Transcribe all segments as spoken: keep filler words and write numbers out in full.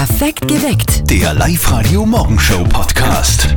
Perfekt geweckt. Der Live-Radio-Morgenshow-Podcast.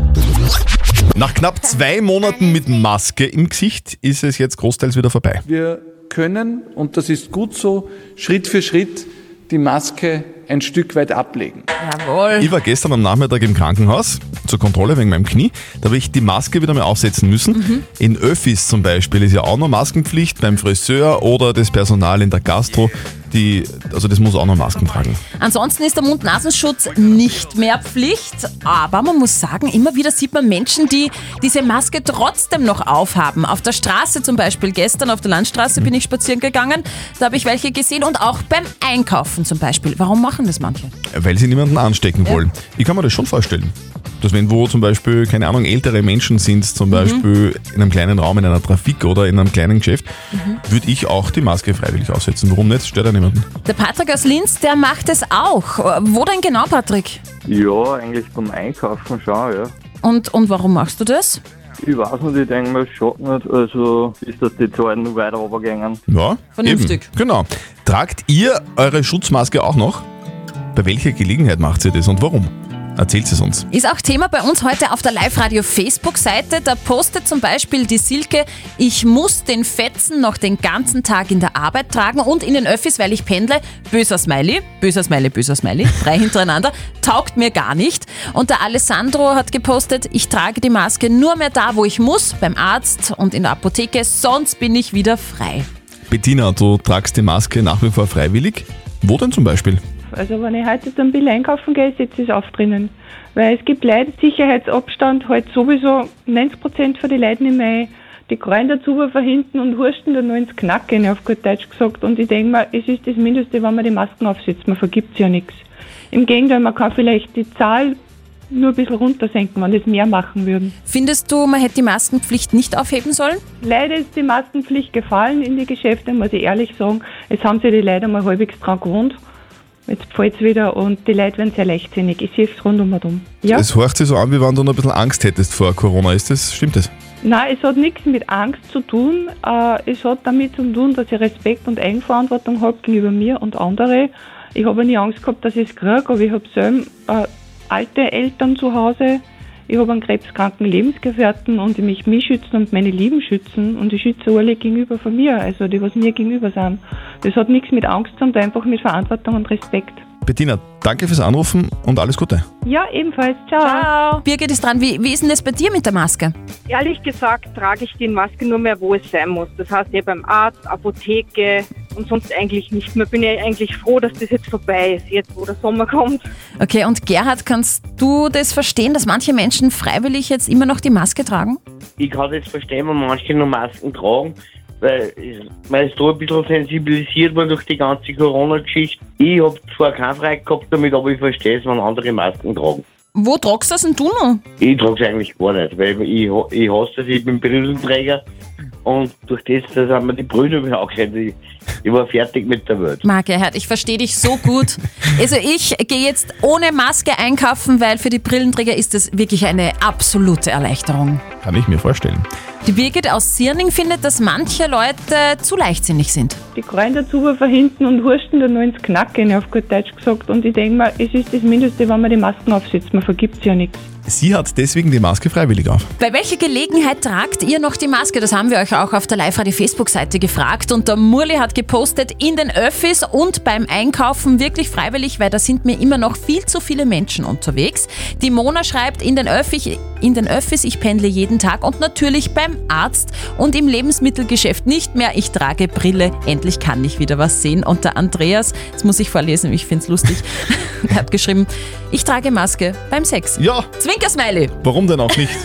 Nach knapp zwei Monaten mit Maske im Gesicht ist es jetzt großteils wieder vorbei. Wir können, und das ist gut so, Schritt für Schritt die Maske ein Stück weit ablegen. Jawohl. Ich war gestern am Nachmittag im Krankenhaus zur Kontrolle wegen meinem Knie. Da habe ich die Maske wieder mal aufsetzen müssen. Mhm. In Öffis zum Beispiel ist ja auch noch Maskenpflicht, beim Friseur oder das Personal in der Gastro. Die, also das muss auch noch Masken tragen. Ansonsten ist der Mund-Nasenschutz nicht mehr Pflicht, aber man muss sagen, immer wieder sieht man Menschen, die diese Maske trotzdem noch aufhaben. Auf der Straße zum Beispiel, gestern auf der Landstraße bin ich spazieren gegangen, da habe ich welche gesehen und auch beim Einkaufen zum Beispiel. Warum machen das manche? Weil sie niemanden anstecken ja. wollen. Ich kann mir das schon vorstellen. Dass wenn wo zum Beispiel, keine Ahnung, ältere Menschen sind, zum Beispiel mhm. in einem kleinen Raum, in einer Trafik oder in einem kleinen Geschäft, mhm. würde ich auch die Maske freiwillig aufsetzen. Warum nicht? Stört ja niemanden. Der Patrick aus Linz, der macht es auch. Wo denn genau, Patrick? Ja, eigentlich beim Einkaufen schon, ja. Und, und warum machst du das? Ich weiß nicht, ich denke mal, es schadet nicht, also ist das die Zahlen noch weiter runtergegangen. Ja, vernünftig. Eben. Genau. Tragt ihr eure Schutzmaske auch noch? Bei welcher Gelegenheit macht ihr das und warum? Erzählt es uns. Ist auch Thema bei uns heute auf der Live-Radio-Facebook-Seite. Da postet zum Beispiel die Silke, ich muss den Fetzen noch den ganzen Tag in der Arbeit tragen und in den Öffis, weil ich pendle. Böser Smiley, böser Smiley, böser Smiley, drei hintereinander, taugt mir gar nicht. Und der Alessandro hat gepostet, ich trage die Maske nur mehr da, wo ich muss, beim Arzt und in der Apotheke, sonst bin ich wieder frei. Bettina, du tragst die Maske nach wie vor freiwillig. Wo denn zum Beispiel? Also wenn ich heute dann Bill einkaufen gehe, setze ich es auf drinnen. Weil es gibt Leute, Sicherheitsabstand, halt sowieso neunzig Prozent von den Leuten nicht mehr ein. Die kreuen dazu von hinten und hursten dann nur ins Knacken, auf gut Deutsch gesagt. Und ich denke mir, es ist das Mindeste, wenn man die Masken aufsetzt. Man vergibt ja nichts. Im Gegenteil, man kann vielleicht die Zahl nur ein bisschen runtersenken, wenn das mehr machen würden. Findest du, man hätte die Maskenpflicht nicht aufheben sollen? Leider ist die Maskenpflicht gefallen in die Geschäfte, muss ich ehrlich sagen. Es haben sich die Leute mal halbwegs dran gewohnt. Jetzt fällt es wieder und die Leute werden sehr leichtsinnig. Ich sehe es rundum und um. Ja? Es hört sich so an, wie wenn du noch ein bisschen Angst hättest vor Corona. Ist das, stimmt das? Nein, es hat nichts mit Angst zu tun. Äh, es hat damit zu tun, dass ich Respekt und Eigenverantwortung habe gegenüber mir und anderen. Ich habe nie Angst gehabt, dass ich es kriege, aber ich habe selber äh, alte Eltern zu Hause. Ich habe einen krebskranken Lebensgefährten und ich möchte mich schützen und meine Lieben schützen und ich schütze alle gegenüber von mir, also die, was mir gegenüber sind. Das hat nichts mit Angst zu tun, einfach mit Verantwortung und Respekt. Bettina, danke fürs Anrufen und alles Gute. Ja, ebenfalls. Ciao. Ciao. Birgit ist dran. Wie, wie ist denn das bei dir mit der Maske? Ehrlich gesagt trage ich die Maske nur mehr, wo es sein muss. Das heißt ja beim Arzt, Apotheke und sonst eigentlich nicht mehr. Bin ja eigentlich froh, dass das jetzt vorbei ist, jetzt wo der Sommer kommt. Okay, und Gerhard, kannst du das verstehen, dass manche Menschen freiwillig jetzt immer noch die Maske tragen? Ich kann das verstehen, wenn manche noch Masken tragen, weil man ist da ein bisschen sensibilisiert worden durch die ganze Corona-Geschichte. Ich habe zwar keinen Frei gehabt damit, aber ich verstehe es, wenn andere Masken tragen. Wo tragst du das denn du noch? Ich trage es eigentlich gar nicht, weil ich, ich hasse das, ich bin Brillenträger und durch das, das haben mir die Brüder wieder angeschaut. Ich, ich war fertig mit der Welt. Marc Gerhard, ich verstehe dich so gut. Also ich gehe jetzt ohne Maske einkaufen, weil für die Brillenträger ist das wirklich eine absolute Erleichterung. Kann ich mir vorstellen. Die Birgit aus Zierning findet, dass manche Leute zu leichtsinnig sind. Die kreuen dazu von hinten und hursten dann nur ins Knacken, auf gut Deutsch gesagt. Und ich denke mir, es ist das Mindeste, wenn man die Masken aufsetzt. Man vergibt ja nichts. Sie hat deswegen die Maske freiwillig auf. Bei welcher Gelegenheit tragt ihr noch die Maske? Das haben wir euch auch auf der Live-Radio-Facebook-Seite gefragt. Und der Murli hat gepostet, in den Öffis und beim Einkaufen wirklich freiwillig, weil da sind mir immer noch viel zu viele Menschen unterwegs. Die Mona schreibt, in den, Öffis, in den Öffis, ich pendle jeden Tag und natürlich beim Arzt und im Lebensmittelgeschäft nicht mehr. Ich trage Brille, endlich kann ich wieder was sehen. Und der Andreas, das muss ich vorlesen, ich finde es lustig, er hat geschrieben, ich trage Maske beim Sex. Ja. Zwinker-Smiley. Warum denn auch nicht?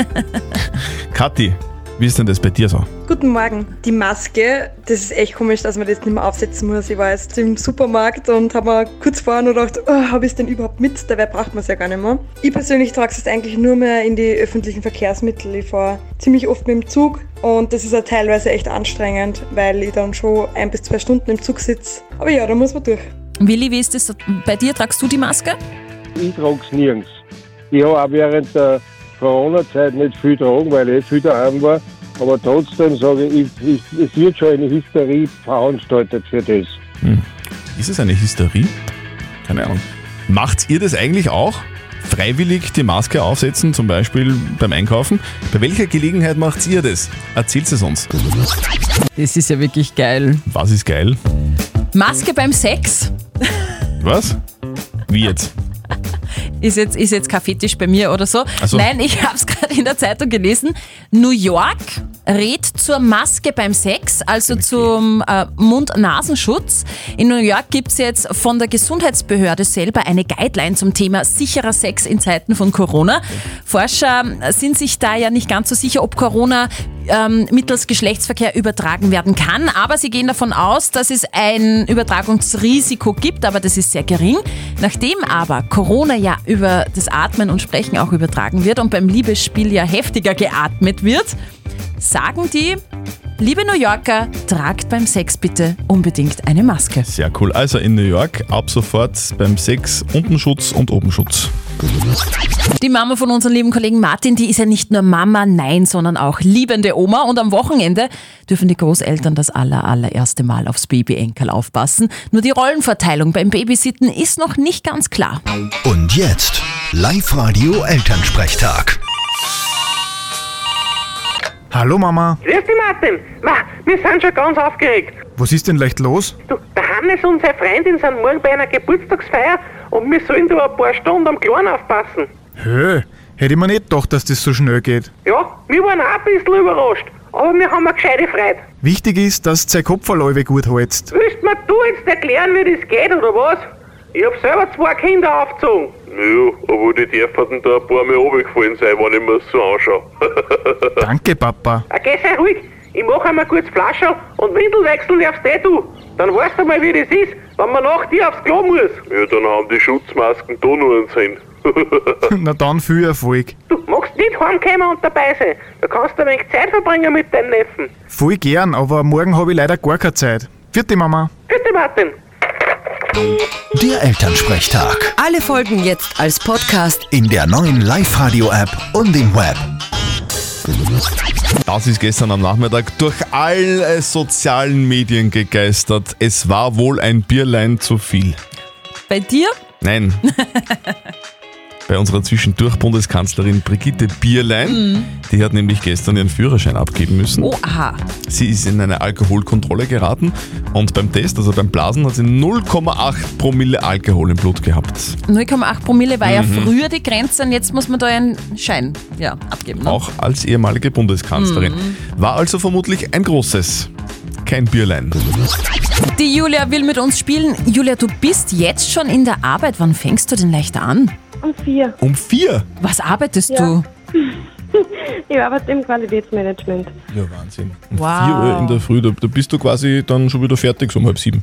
Kathi, wie ist denn das bei dir so? Guten Morgen. Die Maske, das ist echt komisch, dass man das nicht mehr aufsetzen muss. Ich war jetzt im Supermarkt und habe mir kurz vorher nur gedacht, oh, habe ich es denn überhaupt mit? Dabei braucht man es ja gar nicht mehr. Ich persönlich trage es jetzt eigentlich nur mehr in die öffentlichen Verkehrsmittel. Ich fahre ziemlich oft mit dem Zug und das ist ja teilweise echt anstrengend, weil ich dann schon ein bis zwei Stunden im Zug sitze. Aber ja, da muss man durch. Willi, wie ist das bei dir? Tragst du die Maske? Ich trage es nirgends. Ich habe auch während der Corona-Zeit nicht viel getragen, weil ich viel daheim war. Aber trotzdem sage ich, ich, es wird schon eine Hysterie veranstaltet für das. Hm. Ist es eine Hysterie? Keine Ahnung. Macht ihr das eigentlich auch? Freiwillig die Maske aufsetzen, zum Beispiel beim Einkaufen? Bei welcher Gelegenheit macht ihr das? Erzählt es uns. Das ist ja wirklich geil. Was ist geil? Maske beim Sex. Was? Wie jetzt? Ist jetzt, ist jetzt kein Fetisch bei mir oder so. Ach so. Nein, ich habe es gerade in der Zeitung gelesen. New York rät zur Maske beim Sex, also okay. zum äh, Mund-Nasenschutz. In New York gibt es jetzt von der Gesundheitsbehörde selber eine Guideline zum Thema sicherer Sex in Zeiten von Corona. Forscher sind sich da ja nicht ganz so sicher, ob Corona ähm, mittels Geschlechtsverkehr übertragen werden kann, aber sie gehen davon aus, dass es ein Übertragungsrisiko gibt, aber das ist sehr gering. Nachdem aber Corona ja über das Atmen und Sprechen auch übertragen wird und beim Liebesspiel ja heftiger geatmet wird, sagen die, liebe New Yorker, tragt beim Sex bitte unbedingt eine Maske. Sehr cool. Also in New York ab sofort beim Sex Untenschutz und Obenschutz. Die Mama von unserem lieben Kollegen Martin, die ist ja nicht nur Mama, nein, sondern auch liebende Oma. Und am Wochenende dürfen die Großeltern das aller, allererste Mal aufs Baby-Enkel aufpassen. Nur die Rollenverteilung beim Babysitten ist noch nicht ganz klar. Und jetzt Live-Radio Elternsprechtag. Hallo Mama. Grüß dich Martin. Ma, wir sind schon ganz aufgeregt. Was ist denn leicht los? Du, der Hannes und seine Freundin sind morgen bei einer Geburtstagsfeier und wir sollen da ein paar Stunden am Kleinen aufpassen. Hö, hätte ich mir nicht gedacht, dass das so schnell geht. Ja, wir waren auch ein bisschen überrascht, aber wir haben eine gescheite Freude. Wichtig ist, dass du sein Kopfverläufe gut hältst. Willst mir du jetzt erklären, wie das geht, oder was? Ich hab selber zwei Kinder aufgezogen. Ja, aber die dürfen da ein paar Mal runtergefallen sein, wenn ich mir das so anschaue. Danke, Papa. Ah, geh, sei ruhig. Ich mach einmal kurz Flasche und Windel wechseln darfst eh du. Dann weißt du mal, wie das ist, wenn man nach dir aufs Klo muss. Ja, dann haben die Schutzmasken da nur einen Sinn. Na dann viel Erfolg. Du magst nicht heimkommen und dabei sein. Du kannst ein wenig Zeit verbringen mit deinem Neffen. Voll gern, aber morgen habe ich leider gar keine Zeit. Vierte Mama. Vierte Martin. Der Elternsprechtag. Alle Folgen jetzt als Podcast in der neuen Live-Radio-App und im Web. Das ist gestern am Nachmittag durch alle sozialen Medien gegeistert. Es war wohl ein Bierlein zu viel. Bei dir? Nein. Bei unserer Zwischendurch-Bundeskanzlerin Brigitte Bierlein. Mhm. Die hat nämlich gestern ihren Führerschein abgeben müssen. Oh, aha. Sie ist in eine Alkoholkontrolle geraten und beim Test, also beim Blasen, hat sie null Komma acht Promille Alkohol im Blut gehabt. null Komma acht Promille war mhm. ja früher die Grenze und jetzt muss man da einen Schein ja, abgeben. Ne? Auch als ehemalige Bundeskanzlerin. Mhm. War also vermutlich ein großes, kein Bierlein. Die Julia will mit uns spielen. Julia, du bist jetzt schon in der Arbeit. Wann fängst du denn leicht an? Um vier. Um vier? Was arbeitest ja. du? Ich arbeite im Qualitätsmanagement. Ja, Wahnsinn. Um wow. vier Uhr in der Früh, da, da bist du quasi dann schon wieder fertig, so um halb sieben.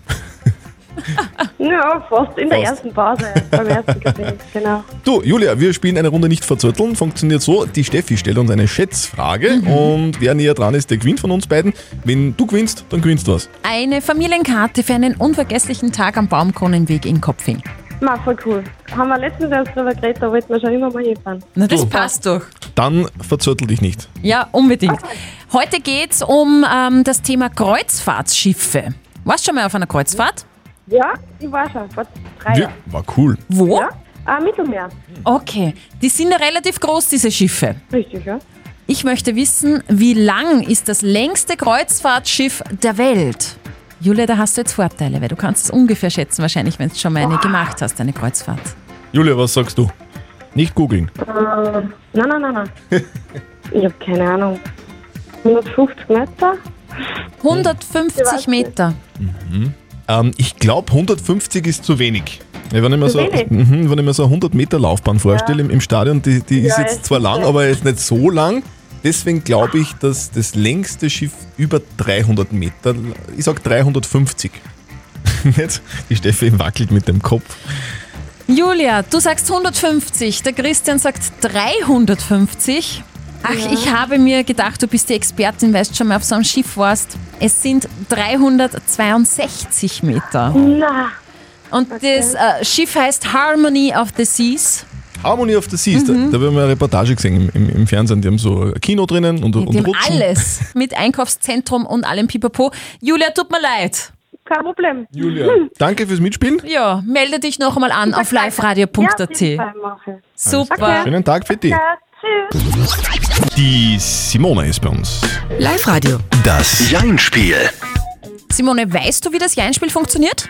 Ja, fast in der fast. ersten Pause, beim ersten Kaffee, genau. Du, Julia, wir spielen eine Runde nicht verzötteln. Funktioniert so, die Steffi stellt uns eine Schätzfrage mhm. und wer näher dran ist, der gewinnt von uns beiden. Wenn du gewinnst, dann gewinnst du was. Eine Familienkarte für einen unvergesslichen Tag am Baumkronenweg in Kopfing. Na, voll cool. Haben wir letztens erst drüber geredet, da wollten wir schon immer mal hinfahren. Na, das du. passt doch. Dann verzöttel dich nicht. Ja, unbedingt. Okay. Heute geht's um ähm, das Thema Kreuzfahrtschiffe. Warst du schon mal auf einer Kreuzfahrt? Ja, ich war schon, vor drei Jahren. War cool. Wo? Ja, ah, Mittelmeer. Okay, die sind ja relativ groß, diese Schiffe. Richtig, ja. Ich möchte wissen, wie lang ist das längste Kreuzfahrtschiff der Welt? Julia, da hast du jetzt Vorteile, weil du kannst es ungefähr schätzen, wahrscheinlich, wenn du schon mal eine gemacht hast, eine Kreuzfahrt. Julia, was sagst du? Nicht googeln. Äh, nein, nein, nein, nein. Ich habe keine Ahnung. hundertfünfzig Meter? hundertfünfzig Meter. Mhm. Ähm, ich glaube, hundertfünfzig ist zu wenig. Wenn ich mir so, wenig? mh, wenn ich mir so eine hundert Meter Laufbahn vorstelle ja. im, im Stadion, die, die ja, ist jetzt zwar lang, aber jetzt nicht so lang. Deswegen glaube ich, dass das längste Schiff über dreihundert Meter, ich sage dreihundertfünfzig. Jetzt, die Steffi wackelt mit dem Kopf. Julia, du sagst hundertfünfzig, der Christian sagt dreihundertfünfzig. Ach, ja. Ich habe mir gedacht, du bist die Expertin, weil du schon mal auf so einem Schiff warst. Es sind dreihundertzweiundsechzig Meter. Na. Und okay. das äh, Schiff heißt Harmony of the Seas. Harmony of the Seas, mhm. da, da haben wir eine Reportage gesehen im, im, im Fernsehen. Die haben so ein Kino drinnen und, ja, und die Rutschen. Haben alles mit Einkaufszentrum und allem Pipapo. Julia, tut mir leid. Kein Problem. Julia, danke fürs Mitspielen. Ja, melde dich noch einmal an auf liveradio punkt a t. Ja, mache. Super. Schönen Tag für dich. Ja, tschüss. Die Simone ist bei uns. Live-Radio. Das Jein-Spiel. Simone, weißt du, wie das Jein-Spiel funktioniert?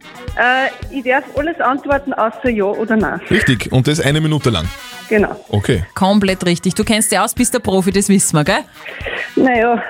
Äh, ich darf alles antworten, außer Ja oder Nein. Richtig, und das eine Minute lang. Genau. Okay. Komplett richtig. Du kennst dich aus, bist der Profi, das wissen wir, gell? Naja.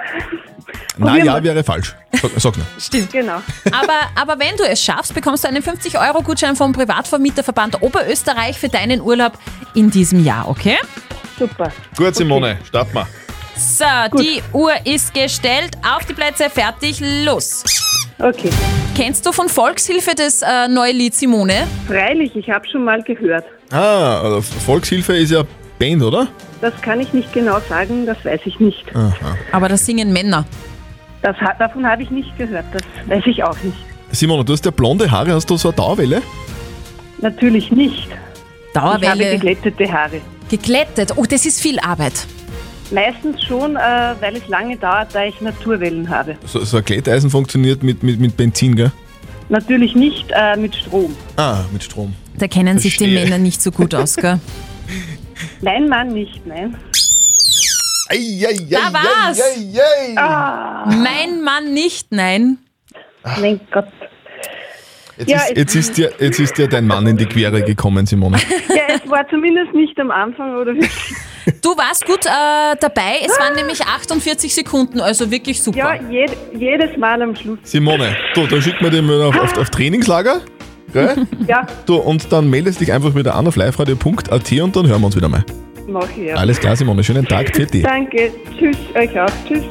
Na ja, wäre falsch. Sag, sag nur. Stimmt. Genau. Aber, aber wenn du es schaffst, bekommst du einen fünfzig Euro Gutschein vom Privatvermieterverband Oberösterreich für deinen Urlaub in diesem Jahr, okay? Super. Gut, Simone, starten wir. So, die Uhr ist gestellt. Auf die Plätze, fertig, los. Okay. Kennst du von Volkshilfe das äh, neue Lied, Simone? Freilich, ich habe schon mal gehört. Ah, also Volkshilfe ist ja Band, oder? Das kann ich nicht genau sagen, das weiß ich nicht. Aha. Aber das singen Männer. Das, ha- davon habe ich nicht gehört, das weiß ich auch nicht. Simone, du hast ja blonde Haare, hast du so eine Dauerwelle? Natürlich nicht. Dauerwelle. Ich habe geglättete Haare. Geglättet? Oh, das ist viel Arbeit. Meistens schon, äh, weil es lange dauert, da ich Naturwellen habe. So, so ein Glätteisen funktioniert mit, mit, mit Benzin, gell? Natürlich nicht äh, mit Strom. Ah, mit Strom. Da kennen sich die Verstehe. Männer nicht so gut aus, gell? Nein, Mann, nicht, nein. Ei, ei, ei, Da war's. ei, ei, ei. Ah, Mein Mann nicht, nein. mein Gott. Jetzt, Ja, ist, es- jetzt, ist dir, jetzt ist dir dein Mann in die Quere gekommen, Simone. Ja, es war zumindest nicht am Anfang, oder wie? Du warst gut äh, dabei. Es waren nämlich achtundvierzig Sekunden, also wirklich super. Ja, jed jedes Mal am Schluss. Simone, du, dann schicken wir dich mal auf, auf, auf Trainingslager. Gell? Ja, Du, und dann meldest dich einfach wieder an auf liveradio punkt a t und dann hören wir uns wieder mal. mach ich ja. Alles klar, Simone, schönen Tag für dich. Danke. Tschüss, euch auch. Tschüss.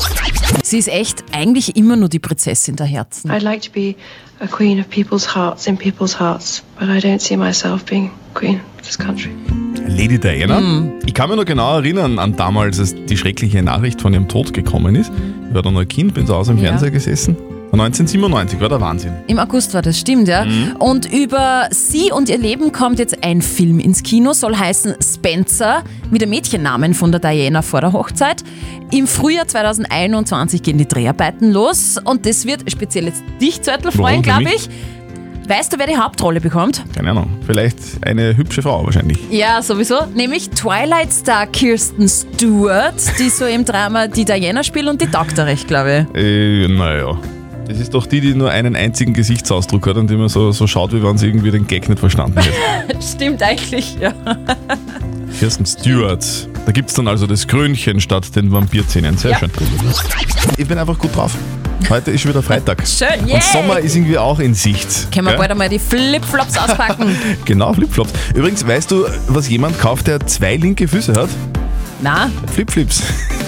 Sie ist echt eigentlich immer nur die Prinzessin der Herzen. I'd like to be a queen of people's hearts in people's hearts, but I don't see myself being queen of this country. Lady Diana. Ich kann mich noch genau erinnern an damals, als die schreckliche Nachricht von ihrem Tod gekommen ist. Ich war da noch ein Kind, bin zu Hause im Ja. Fernseher gesessen. neunzehnhundertsiebenundneunzig war der Wahnsinn. Im August war das, stimmt, ja. Mhm. Und über sie und ihr Leben kommt jetzt ein Film ins Kino, soll heißen Spencer, mit dem Mädchennamen von der Diana vor der Hochzeit. Im Frühjahr zweitausendeinundzwanzig gehen die Dreharbeiten los und das wird speziell jetzt dich, Zörtl, freuen, Warum für glaube mich? ich. Weißt du, wer die Hauptrolle bekommt? Keine Ahnung, vielleicht eine hübsche Frau wahrscheinlich. Ja, sowieso. Nämlich Twilight-Star Kirsten Stewart, die so im Drama die Diana spielt und die taugt da recht, glaube Äh, naja. Das ist doch die, die nur einen einzigen Gesichtsausdruck hat und immer so, so schaut, wie wenn sie irgendwie den Gag nicht verstanden hätte. ich. Stimmt eigentlich, ja. Kirsten Stewart. Da gibt's dann also das Krönchen statt den Vampirzähnen. Sehr Ja. schön. Ich bin einfach gut drauf. Heute ist schon wieder Freitag. Schön, yay! Und Sommer ist irgendwie auch in Sicht. Können wir gell? bald einmal die Flipflops auspacken? Genau, Flipflops. Übrigens, weißt du, was jemand kauft, der zwei linke Füße hat? Na? Flipflips.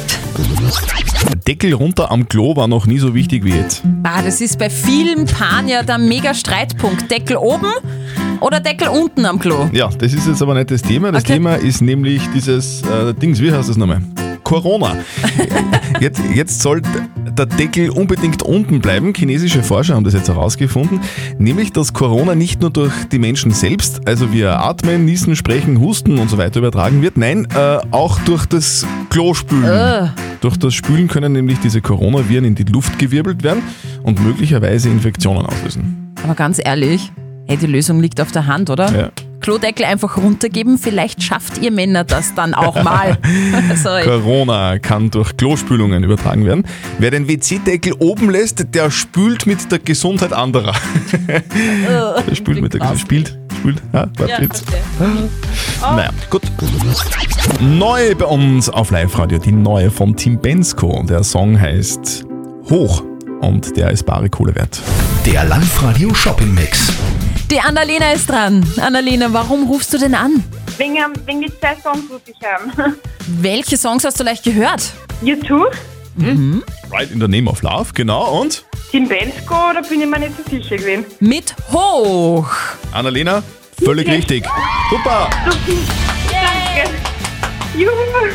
Deckel runter am Klo war noch nie so wichtig wie jetzt. Ah, das ist bei vielen Paaren ja der mega Streitpunkt. Deckel oben oder Deckel unten am Klo? Ja, das ist jetzt aber nicht das Thema. Das Okay. Thema ist nämlich dieses äh, Dings, wie heißt das nochmal? Corona. Jetzt, jetzt soll der Deckel unbedingt unten bleiben. Chinesische Forscher haben das jetzt herausgefunden. Nämlich, dass Corona nicht nur durch die Menschen selbst, also via Atmen, Niesen, Sprechen, Husten und so weiter übertragen wird. Nein, äh, auch durch das Klospülen. Äh. Durch das Spülen können nämlich diese Coronaviren in die Luft gewirbelt werden und möglicherweise Infektionen auslösen. Aber ganz ehrlich, hey, die Lösung liegt auf der Hand, oder? Ja. Klodeckel einfach runtergeben, vielleicht schafft ihr Männer das dann auch mal. Sorry. Corona kann durch Klospülungen übertragen werden. Wer den W C-Deckel oben lässt, der spült mit der Gesundheit anderer. der spült mit der Gesundheit. Spielt, spült. Ja, warte Ja, jetzt. okay. Naja, gut. Neu bei uns auf Live-Radio, die neue von Tim Bensko. Der Song heißt Hoch und der ist bare Kohle wert. Der Live-Radio Shopping Mix. Die Annalena ist dran. Annalena, warum rufst du denn an? Wegen, ähm, wegen die zwei Songs rufe ich an. Welche Songs hast du leicht gehört? U zwei, Mhm. Right in the name of love, genau. Und Tim Bensko, da bin ich mir nicht so sicher gewesen. Mit Hoch. Annalena, völlig richtig. Super. Danke. Juhu.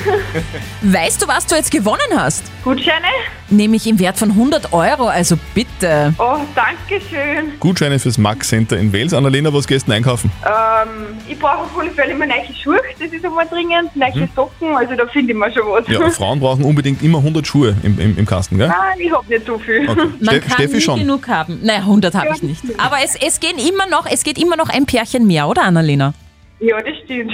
Weißt du, was du jetzt gewonnen hast? Gutscheine? Nämlich im Wert von hundert Euro, also bitte. Oh, danke schön. Gutscheine fürs Max Center in Wels. Annalena, was gehst du denn einkaufen? Ähm, ich brauche auf alle Fälle immer neue Schuhe, das ist einmal dringend, neue Hm. Socken, also da finde ich mir schon was. Ja, Frauen brauchen unbedingt immer hundert Schuhe im, im, im Kasten, gell? Nein, ich habe nicht so viel. Okay. Man Ste- kann Steffi nie schon. genug haben. Nein, hundert habe ich nicht. Aber es, es, gehen immer noch, es geht immer noch ein Pärchen mehr, oder Annalena? Ja, das stimmt.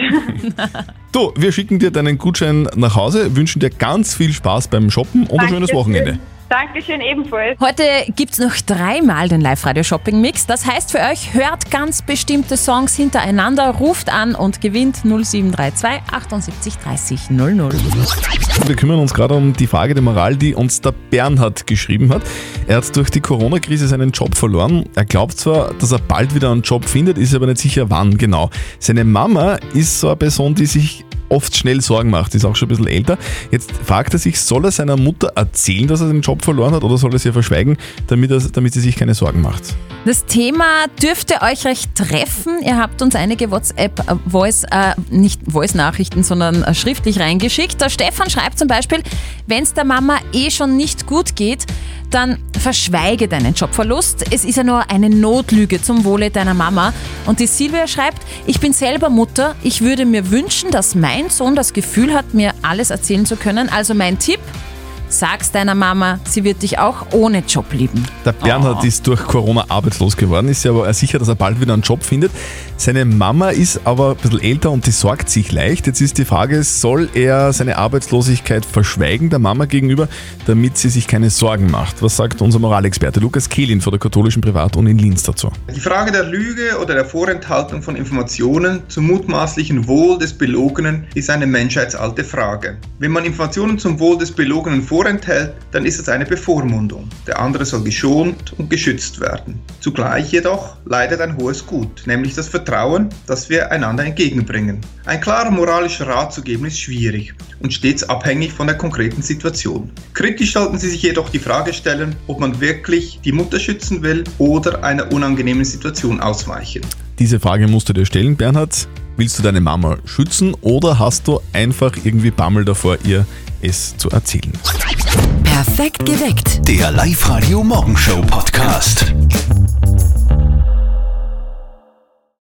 Du, wir schicken dir deinen Gutschein nach Hause, wünschen dir ganz viel Spaß beim Shoppen und ein schönes Wochenende. Dankeschön ebenfalls. Heute gibt es noch dreimal den Live-Radio-Shopping-Mix. Das heißt für euch, hört ganz bestimmte Songs hintereinander, ruft an und gewinnt null sieben drei zwei achtundsiebzig dreißig null null. Wir kümmern uns gerade um die Frage der Moral, die uns der Bernhard geschrieben hat. Er hat durch die Corona-Krise seinen Job verloren. Er glaubt zwar, dass er bald wieder einen Job findet, ist aber nicht sicher, wann genau. Seine Mama ist so eine Person, die sich oft schnell Sorgen macht, ist auch schon ein bisschen älter. Jetzt fragt er sich, soll er seiner Mutter erzählen, dass er den Job verloren hat, oder soll er es ihr verschweigen, damit, er, damit sie sich keine Sorgen macht? Das Thema dürfte euch recht treffen. Ihr habt uns einige WhatsApp-Voice, äh, nicht Voice-Nachrichten, sondern äh, schriftlich reingeschickt. Der Stefan schreibt zum Beispiel, wenn es der Mama eh schon nicht gut geht, dann verschweige deinen Jobverlust. Es ist ja nur eine Notlüge zum Wohle deiner Mama. Und die Silvia schreibt, ich bin selber Mutter. Ich würde mir wünschen, dass mein Sohn das Gefühl hat, mir alles erzählen zu können. Also mein Tipp, sag's deiner Mama, sie wird dich auch ohne Job lieben. Der Bernhard Oh. ist durch Corona arbeitslos geworden, ist ja aber sicher, dass er bald wieder einen Job findet. Seine Mama ist aber ein bisschen älter und die sorgt sich leicht. Jetzt ist die Frage, soll er seine Arbeitslosigkeit verschweigen der Mama gegenüber, damit sie sich keine Sorgen macht? Was sagt unser Moralexperte Lukas Kehlin von der katholischen Privatuni in Linz dazu? Die Frage der Lüge oder der Vorenthaltung von Informationen zum mutmaßlichen Wohl des Belogenen ist eine menschheitsalte Frage. Wenn man Informationen zum Wohl des Belogenen vorenthält, dann ist es eine Bevormundung. Der andere soll geschont und geschützt werden. Zugleich jedoch leidet ein hohes Gut, nämlich das Vertrauen, das wir einander entgegenbringen. Ein klarer moralischer Rat zu geben ist schwierig und stets abhängig von der konkreten Situation. Kritisch sollten Sie sich jedoch die Frage stellen, ob man wirklich die Mutter schützen will oder einer unangenehmen Situation ausweichen. Diese Frage musst du dir stellen, Bernhard. Willst du deine Mama schützen oder hast du einfach irgendwie Bammel davor, ihr es zu erzählen? Perfekt geweckt. Der Live-Radio Morgenshow Podcast.